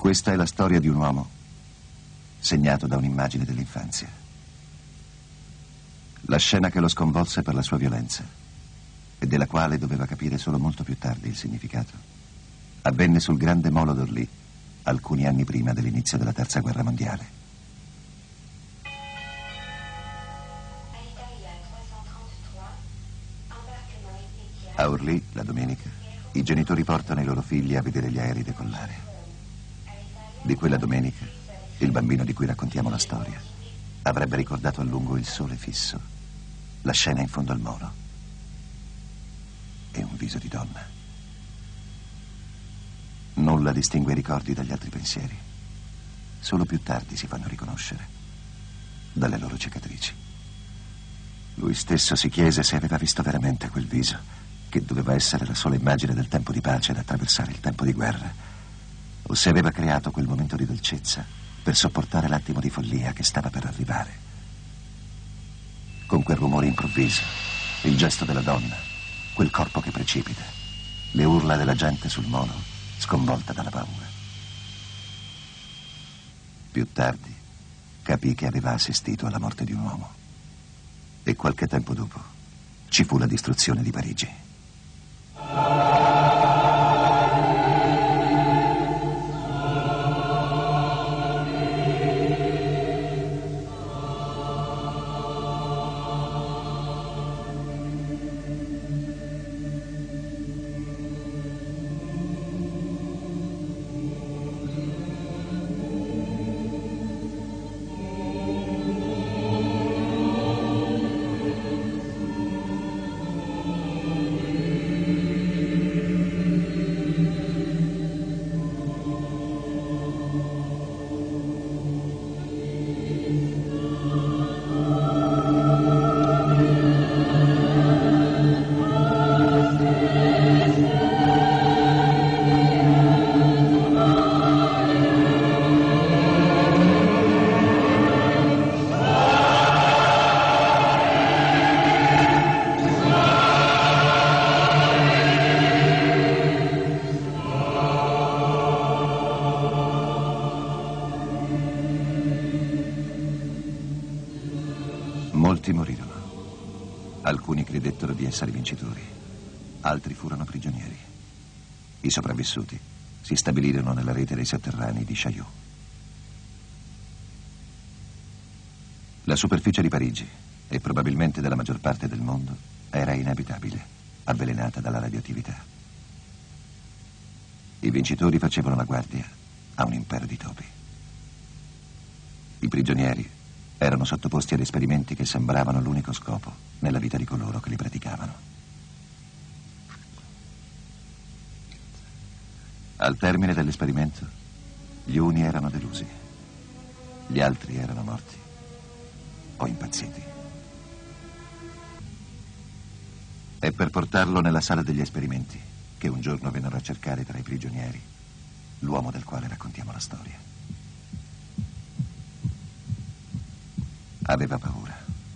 Questa è la storia di un uomo segnato da un'immagine dell'infanzia. La scena che lo sconvolse per la sua violenza e della quale doveva capire solo molto più tardi il significato, avvenne sul grande molo d'Orly, alcuni anni prima dell'inizio della Terza Guerra Mondiale. A Orly, la domenica, i genitori portano i loro figli a vedere gli aerei decollare. Di quella domenica, il bambino di cui raccontiamo la storia avrebbe ricordato a lungo il sole fisso, la scena in fondo al molo e un viso di donna. Nulla distingue i ricordi dagli altri pensieri. Solo più tardi si fanno riconoscere dalle loro cicatrici. Lui stesso si chiese se aveva visto veramente quel viso, che doveva essere la sola immagine del tempo di pace ad attraversare il tempo di guerra, o se aveva creato quel momento di dolcezza per sopportare l'attimo di follia che stava per arrivare. Con quel rumore improvviso, il gesto della donna, quel corpo che precipita, le urla della gente sul molo, sconvolta dalla paura. Più tardi capì che aveva assistito alla morte di un uomo. E qualche tempo dopo ci fu la distruzione di Parigi. Molti morirono. Alcuni credettero di essere vincitori, altri furono prigionieri. I sopravvissuti si stabilirono nella rete dei sotterranei di Chaillot. La superficie di Parigi, e probabilmente della maggior parte del mondo, era inabitabile, avvelenata dalla radioattività. I vincitori facevano la guardia a un impero di topi. I prigionieri erano sottoposti ad esperimenti che sembravano l'unico scopo nella vita di coloro che li praticavano. Al termine dell'esperimento, gli uni erano delusi, gli altri erano morti o impazziti. È per portarlo nella sala degli esperimenti che un giorno vennero a cercare tra i prigionieri l'uomo del quale raccontiamo la storia. Aveva paura.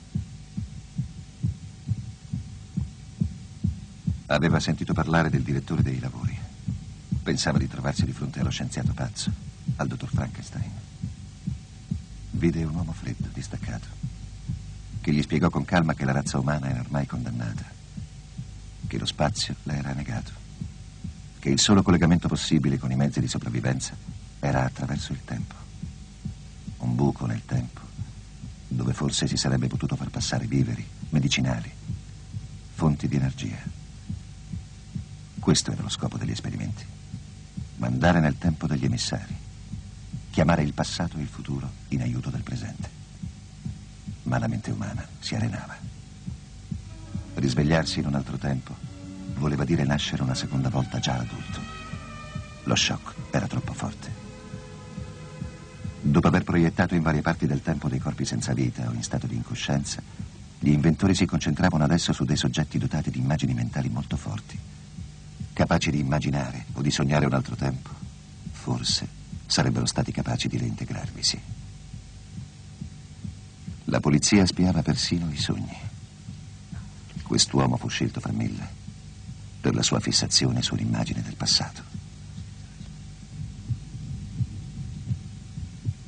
Aveva sentito parlare del direttore dei lavori. Pensava di trovarsi di fronte allo scienziato pazzo, al dottor Frankenstein. Vide un uomo freddo, distaccato, che gli spiegò con calma che la razza umana era ormai condannata, che lo spazio le era negato, che il solo collegamento possibile con i mezzi di sopravvivenza era attraverso il tempo. Un buco nel tempo dove forse si sarebbe potuto far passare viveri, medicinali, fonti di energia. Questo era lo scopo degli esperimenti: mandare nel tempo degli emissari, chiamare il passato e il futuro in aiuto del presente. Ma la mente umana si arenava. Risvegliarsi in un altro tempo voleva dire nascere una seconda volta già adulto. Lo shock era troppo forte. Dopo aver proiettato in varie parti del tempo dei corpi senza vita o in stato di incoscienza, gli inventori si concentravano adesso su dei soggetti dotati di immagini mentali molto forti, capaci di immaginare o di sognare un altro tempo. Forse sarebbero stati capaci di reintegrarvisi. La polizia spiava persino i sogni. Quest'uomo fu scelto fra mille per la sua fissazione sull'immagine del passato.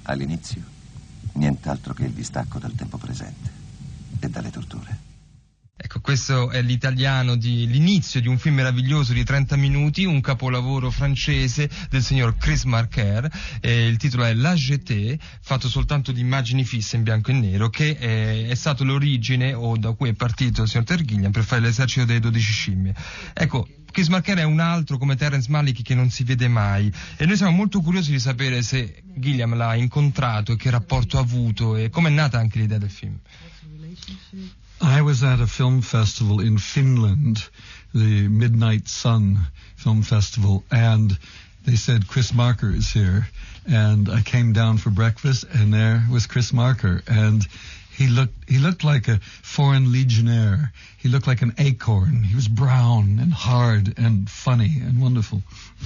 All'inizio, nient'altro che il distacco dal tempo presente e dalle torture. Ecco, questo è l'italiano di l'inizio di un film meraviglioso di 30 minuti, un capolavoro francese del signor Chris Marker. Il titolo è La Jetée, fatto soltanto di immagini fisse in bianco e nero, che è stato l'origine o da cui è partito il signor Terry Gilliam per fare l'esercito delle 12 scimmie. Ecco, Chris Marker è un altro come Terrence Malick che non si vede mai, e noi siamo molto curiosi di sapere se Gilliam l'ha incontrato e che rapporto ha avuto e come è nata anche l'idea del film. I was at a film festival in Finland, the Midnight Sun Film Festival, and they said Chris Marker is here, and I came down for breakfast, and there was Chris Marker, and he looked like a foreign legionnaire. He looked like an acorn. He was brown and hard and funny and wonderful.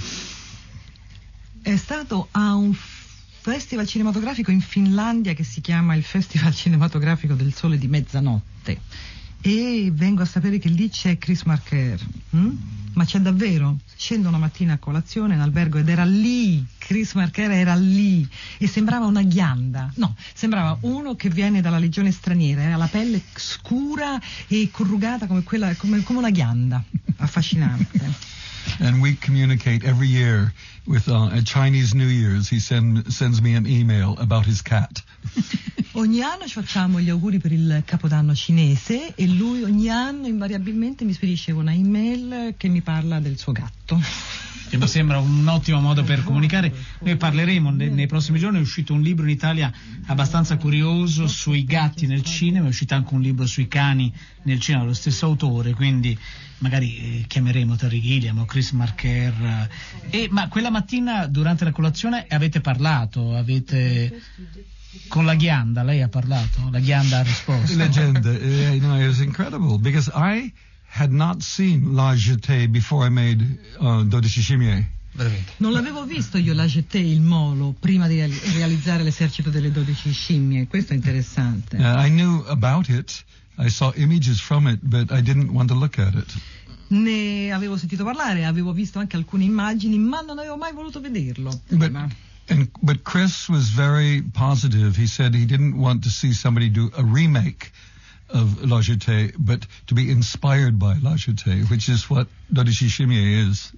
È stato a un festival cinematografico in Finlandia che si chiama il Festival Cinematografico del Sole di Mezzanotte, e vengo a sapere che lì c'è Chris Marker. Ma c'è davvero? Scendo una mattina a colazione in albergo ed era lì, Chris Marker era lì, e sembrava una ghianda, no, sembrava uno che viene dalla legione straniera, era la pelle scura e corrugata come una ghianda, affascinante. And we communicate every year with at Chinese New Year's. He sends me an email about his cat. Ogni anno ci facciamo gli auguri per il Capodanno cinese e lui ogni anno invariabilmente mi spedisce una email che mi parla del suo gatto. Che mi sembra un ottimo modo per comunicare. Noi parleremo nei prossimi giorni. È uscito un libro in Italia abbastanza curioso sui gatti nel cinema, è uscito anche un libro sui cani nel cinema dello stesso autore, quindi magari chiameremo Terry Gilliam o Chris Marker. Ma quella mattina durante la colazione avete parlato, con la ghianda, lei ha parlato, la ghianda ha risposto. Leggenda, it was incredible because I had not seen La Jetée before I made 12 scimmie. Non l'avevo visto io La Jetée, il molo, prima di realizzare l'esercito delle 12 scimmie. Questo è interessante. I knew about it. I saw images from it, but I didn't want to look at it. Ne avevo sentito parlare, avevo visto anche alcune immagini, ma non avevo mai voluto vederlo prima. But Chris was very positive. He said he didn't want to see somebody do a remake of La Jetée, but to be inspired by La Jetée, which is what 12 scimmie is.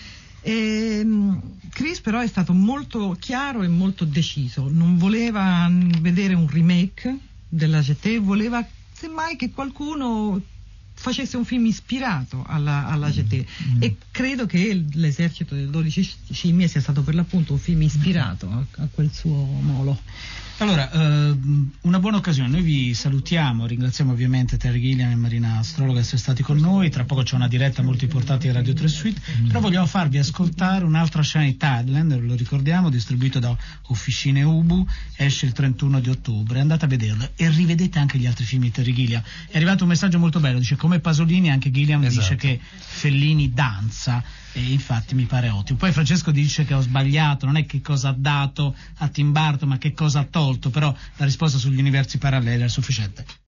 Chris però è stato molto chiaro e molto deciso, non voleva vedere un remake della Jetée, voleva semmai che qualcuno facesse un film ispirato alla Jetée, e credo che l'esercito delle 12 scimmie sia stato per l'appunto un film ispirato a quel suo molo. Allora, una buona occasione, noi vi salutiamo, ringraziamo ovviamente Terry Gilliam e Marina Astrologa di essere stati con noi. Tra poco c'è una diretta molto importante di Radio 3 Suite, però vogliamo farvi ascoltare un'altra scena di Thailand, lo ricordiamo, distribuito da Officine Ubu, esce il 31 di ottobre, andate a vederlo e rivedete anche gli altri film di Terry Gilliam. È arrivato un messaggio molto bello, dice come Pasolini anche Gilliam dice che Fellini danza, e infatti mi pare ottimo. Poi Francesco dice che ho sbagliato, non è che cosa ha dato a Tim Burton ma che cosa ha tolto, però la risposta sugli universi paralleli è sufficiente.